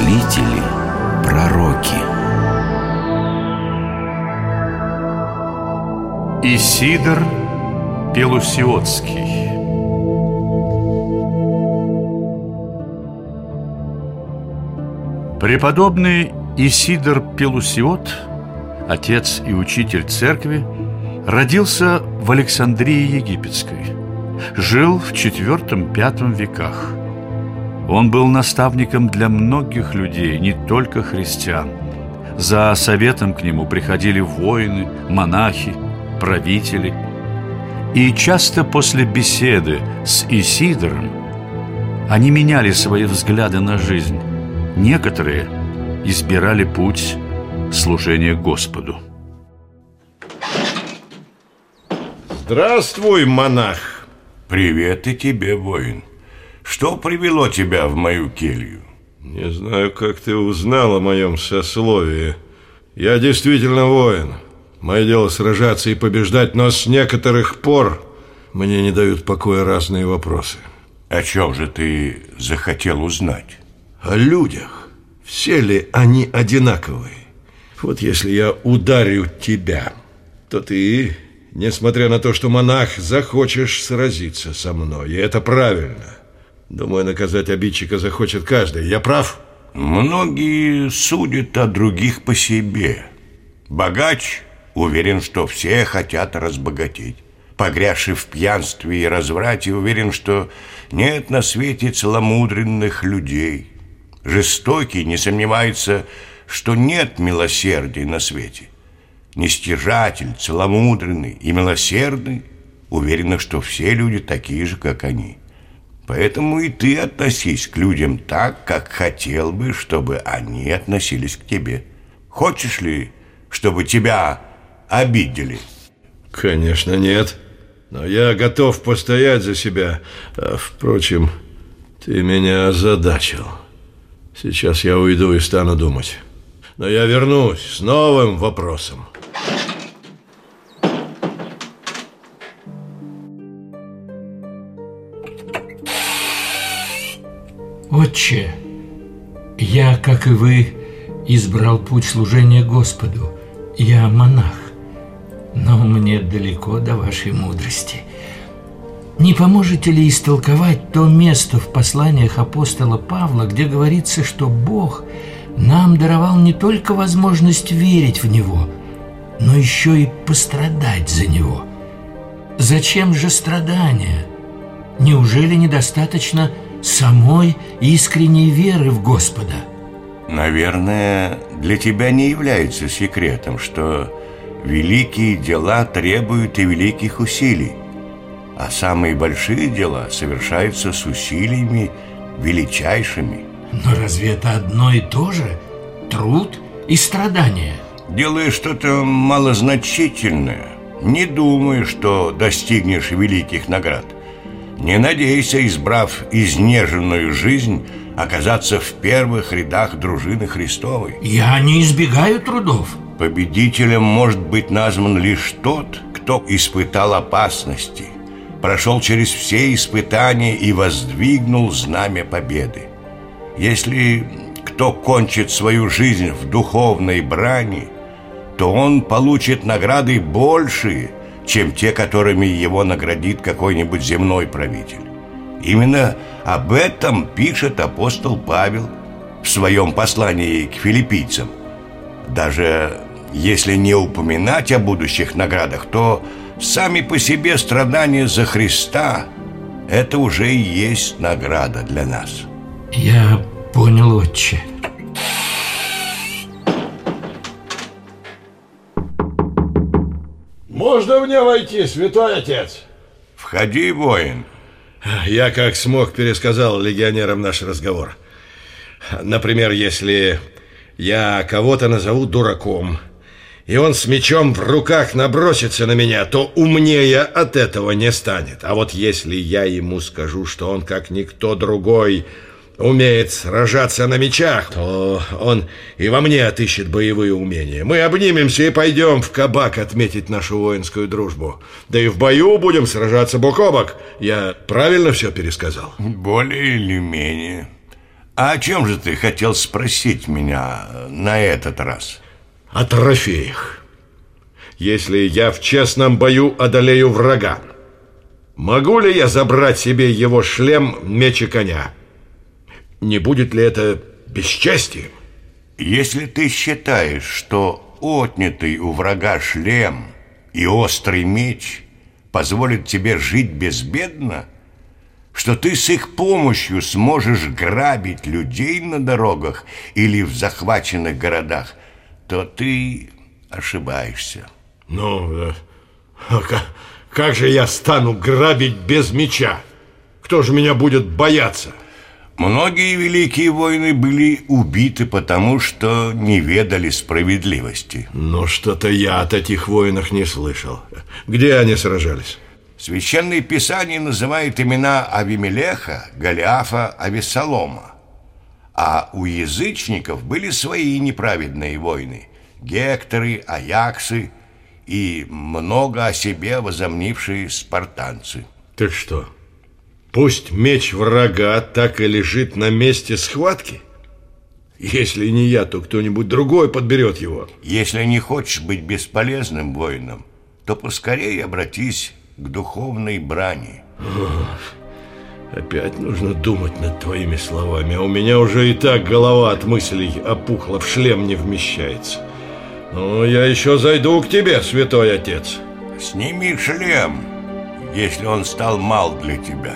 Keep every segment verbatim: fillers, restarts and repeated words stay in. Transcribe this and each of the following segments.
мыслители, пророки. Исидор Пелусиотский. Преподобный Исидор Пелусиот, отец и учитель церкви, родился в Александрии Египетской. Жил в четвёртом-пятом веках. Он был наставником для многих людей, не только христиан. За советом к нему приходили воины, монахи, правители. И часто после беседы с Исидором они меняли свои взгляды на жизнь. Некоторые избирали путь служения Господу. Здравствуй, монах. Привет и тебе, воин. Что привело тебя в мою келью? Не знаю, как ты узнал о моем сословии. Я действительно воин. Мое дело сражаться и побеждать, но с некоторых пор мне не дают покоя разные вопросы. О чем же ты захотел узнать? О людях. Все ли они одинаковые? Вот если я ударю тебя, то ты, несмотря на то, что монах, захочешь сразиться со мной. И это правильно. Думаю, наказать обидчика захочет каждый. Я прав? Многие судят о других по себе. Богач уверен, что все хотят разбогатеть. Погрязший в пьянстве и разврате уверен, что нет на свете целомудренных людей. Жестокий не сомневается, что нет милосердия на свете. Нестяжатель, целомудренный и милосердный уверены, что все люди такие же, как они. Поэтому и ты относись к людям так, как хотел бы, чтобы они относились к тебе. Хочешь ли, чтобы тебя обидели? Конечно, нет. Но я готов постоять за себя. А, впрочем, ты меня озадачил. Сейчас я уйду и стану думать. Но я вернусь с новым вопросом. Отче, я, как и вы, избрал путь служения Господу. Я монах, но мне далеко до вашей мудрости. Не поможете ли истолковать то место в посланиях апостола Павла, где говорится, что Бог нам даровал не только возможность верить в Него, но еще и пострадать за Него? Зачем же страдания? Неужели недостаточно самой искренней веры в Господа? Наверное, для тебя не является секретом, что великие дела требуют и великих усилий, а самые большие дела совершаются с усилиями величайшими. Но разве это одно и то же? Труд и страдания? Делаешь что-то малозначительное, не думай, что достигнешь великих наград. Не надейся, избрав изнеженную жизнь, оказаться в первых рядах дружины Христовой. Я не избегаю трудов. Победителем может быть назван лишь тот, кто испытал опасности, прошел через все испытания и воздвигнул знамя победы. Если кто кончит свою жизнь в духовной брани, то он получит награды большие, чем те, которыми его наградит какой-нибудь земной правитель. Именно об этом пишет апостол Павел в своем послании к филиппийцам. Даже если не упоминать о будущих наградах, то сами по себе страдания за Христа – это уже и есть награда для нас. Я понял, отче. Можно мне войти, святой отец? Входи, воин. Я как смог пересказал легионерам наш разговор. Например, если я кого-то назову дураком, и он с мечом в руках набросится на меня, то умнее от этого не станет. А вот если я ему скажу, что он, как никто другой, умеет сражаться на мечах, то он и во мне отыщет боевые умения. Мы обнимемся и пойдем в кабак отметить нашу воинскую дружбу. Да и в бою будем сражаться бок о бок. Я правильно все пересказал? Более или менее. А о чем же ты хотел спросить меня на этот раз? О трофеях. Если я в честном бою одолею врага, могу ли я забрать себе его шлем, меч и коня? Не будет ли это бесчестием? Если ты считаешь, что отнятый у врага шлем и острый меч позволят тебе жить безбедно, что ты с их помощью сможешь грабить людей на дорогах или в захваченных городах, то ты ошибаешься. Ну, а как, как же я стану грабить без меча? Кто же меня будет бояться? Многие великие воины были убиты, потому что не ведали справедливости. Но что-то я о таких воинах не слышал. Где они сражались? Священное Писание называет имена Авимелеха, Голиафа, Авессалома. А у язычников были свои неправедные войны: Гекторы, Аяксы и много о себе возомнившие спартанцы. Так что, пусть меч врага так и лежит на месте схватки? Если не я, то кто-нибудь другой подберет его. Если не хочешь быть бесполезным воином, то поскорее обратись к духовной брани. О, опять нужно думать над твоими словами, а у меня уже и так голова от мыслей опухла, в шлем не вмещается. Ну, я еще зайду к тебе, святой отец. Сними шлем, если он стал мал для тебя.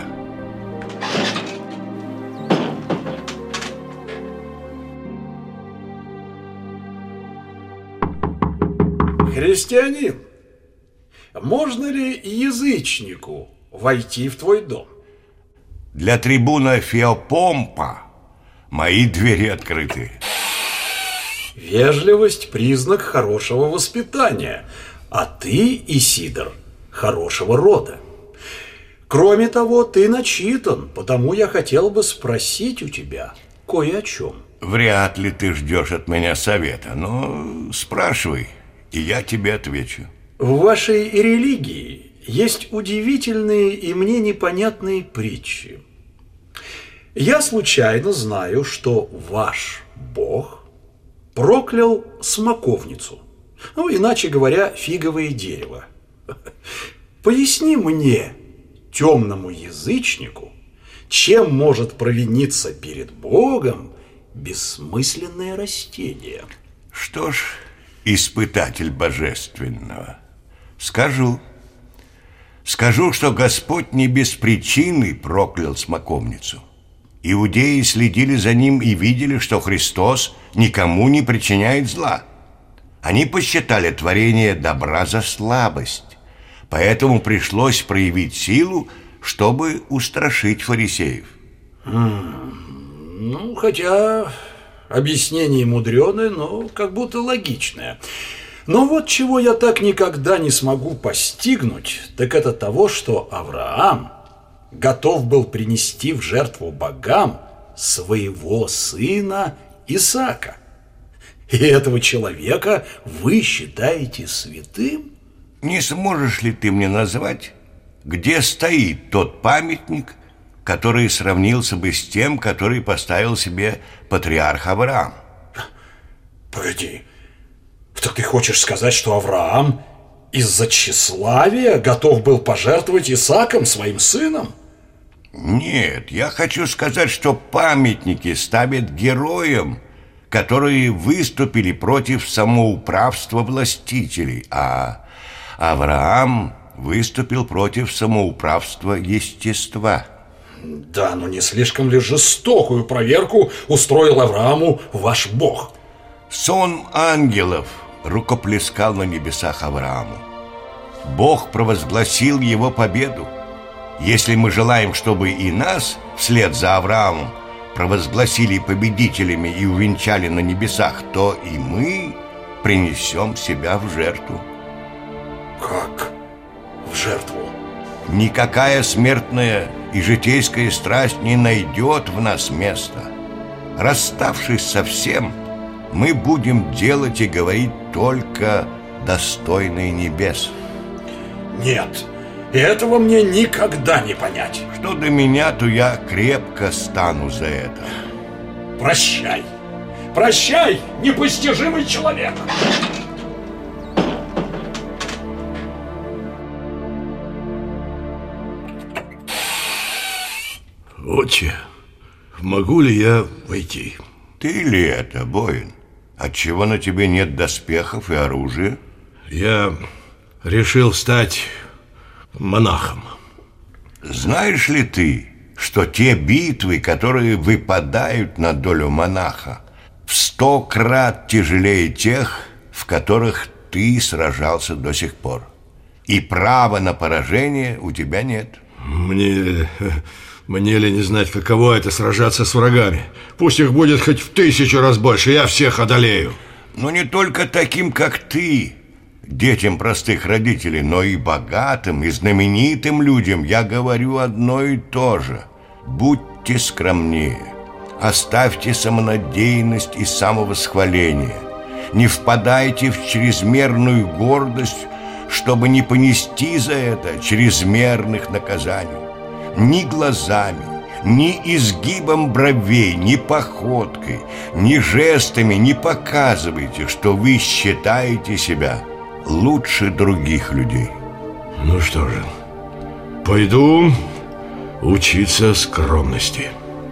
Христианин, можно ли язычнику войти в твой дом? Для трибуна Феопомпа мои двери открыты. Вежливость – признак хорошего воспитания, а ты, Исидор, хорошего рода. Кроме того, ты начитан, потому я хотел бы спросить у тебя кое о чем. Вряд ли ты ждешь от меня совета, но спрашивай, и я тебе отвечу. В вашей религии есть удивительные и мне непонятные притчи. Я случайно знаю, что ваш Бог проклял смоковницу, ну, иначе говоря, фиговое дерево. Поясни мне, темному язычнику, чем может провиниться перед Богом бессмысленное растение? Что ж, испытатель божественного, скажу. Скажу, что Господь не без причины проклял смоковницу. Иудеи следили за ним и видели, что Христос никому не причиняет зла. Они посчитали творение добра за слабость, поэтому пришлось проявить силу, чтобы устрашить фарисеев. Ну, хотя объяснение мудреное, но как будто логичное. Но вот чего я так никогда не смогу постигнуть, так это того, что Авраам готов был принести в жертву богам своего сына Исаака. И этого человека вы считаете святым? Не сможешь ли ты мне назвать, где стоит тот памятник, который сравнился бы с тем, который поставил себе патриарх Авраам? Погоди, так ты хочешь сказать, что Авраам из-за тщеславия готов был пожертвовать Исааком, своим сыном? Нет, я хочу сказать, что памятники ставят героям, которые выступили против самоуправства властителей, а Авраам выступил против самоуправства естества. Да, но не слишком ли жестокую проверку устроил Аврааму ваш Бог? Сон ангелов рукоплескал на небесах Аврааму. Бог провозгласил его победу. Если мы желаем, чтобы и нас вслед за Авраамом провозгласили победителями и увенчали на небесах, то и мы принесем себя в жертву. Как в жертву? Никакая смертная и житейская страсть не найдет в нас места. Расставшись со всем, мы будем делать и говорить только достойные небес. Нет, этого мне никогда не понять. Что до меня, то я крепко стану за это. Прощай. Прощай, непостижимый человек. Отче, могу ли я войти? Ты ли это, воин? Отчего на тебе нет доспехов и оружия? Я решил стать монахом. Знаешь ли ты, что те битвы, которые выпадают на долю монаха, в сто крат тяжелее тех, в которых ты сражался до сих пор? И права на поражение у тебя нет. Мне... Мне ли не знать, каково это сражаться с врагами? Пусть их будет хоть в тысячу раз больше, я всех одолею. Но не только таким, как ты, детям простых родителей, но и богатым, и знаменитым людям я говорю одно и то же. Будьте скромнее, оставьте самонадеянность и самовосхваление. Не впадайте в чрезмерную гордость, чтобы не понести за это чрезмерных наказаний. Ни глазами, ни изгибом бровей, ни походкой, ни жестами не показывайте, что вы считаете себя лучше других людей. Ну что же, пойду учиться скромности.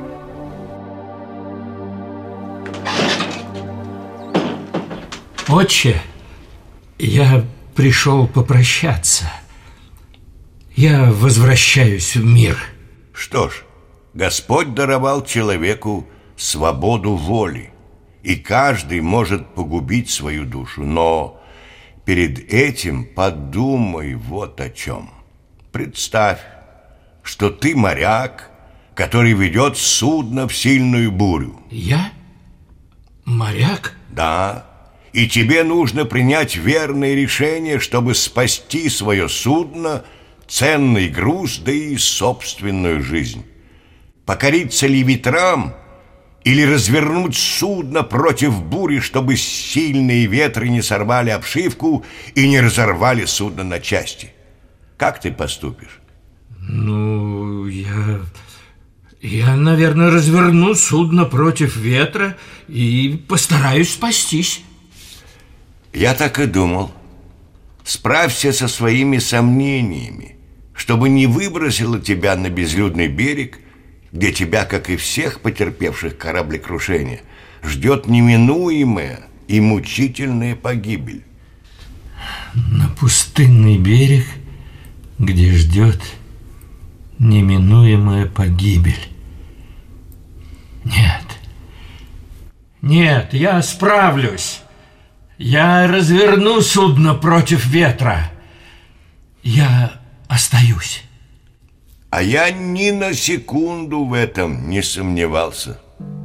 Отче, я пришел попрощаться. Я возвращаюсь в мир. Что ж, Господь даровал человеку свободу воли, и каждый может погубить свою душу. Но перед этим подумай вот о чем. Представь, что ты моряк, который ведет судно в сильную бурю. Я? Моряк? Да, и тебе нужно принять верное решение, чтобы спасти свое судно, ценный груз, да и собственную жизнь. Покориться ли ветрам или развернуть судно против бури, чтобы сильные ветры не сорвали обшивку и не разорвали судно на части? Как ты поступишь? Ну, я... Я, наверное, разверну судно против ветра и постараюсь спастись. Я так и думал. Справься со своими сомнениями, чтобы не выбросило тебя на безлюдный берег, где тебя, как и всех потерпевших кораблекрушение, ждет неминуемая и мучительная погибель. На пустынный берег, где ждет неминуемая погибель. Нет, нет, я справлюсь. Я разверну судно против ветра. Я остаюсь. А я ни на секунду в этом не сомневался.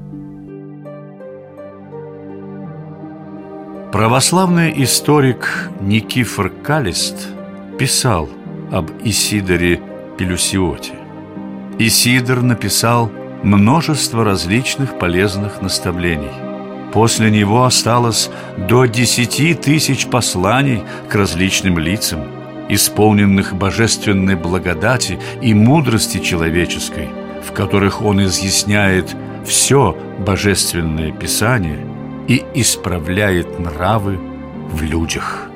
Православный историк Никифор Калист писал об Исидоре Пелюсиоте. Исидор написал множество различных полезных наставлений. После него осталось до десяти тысяч посланий к различным лицам, исполненных божественной благодати и мудрости человеческой, в которых он изъясняет все божественное Писание и исправляет нравы в людях.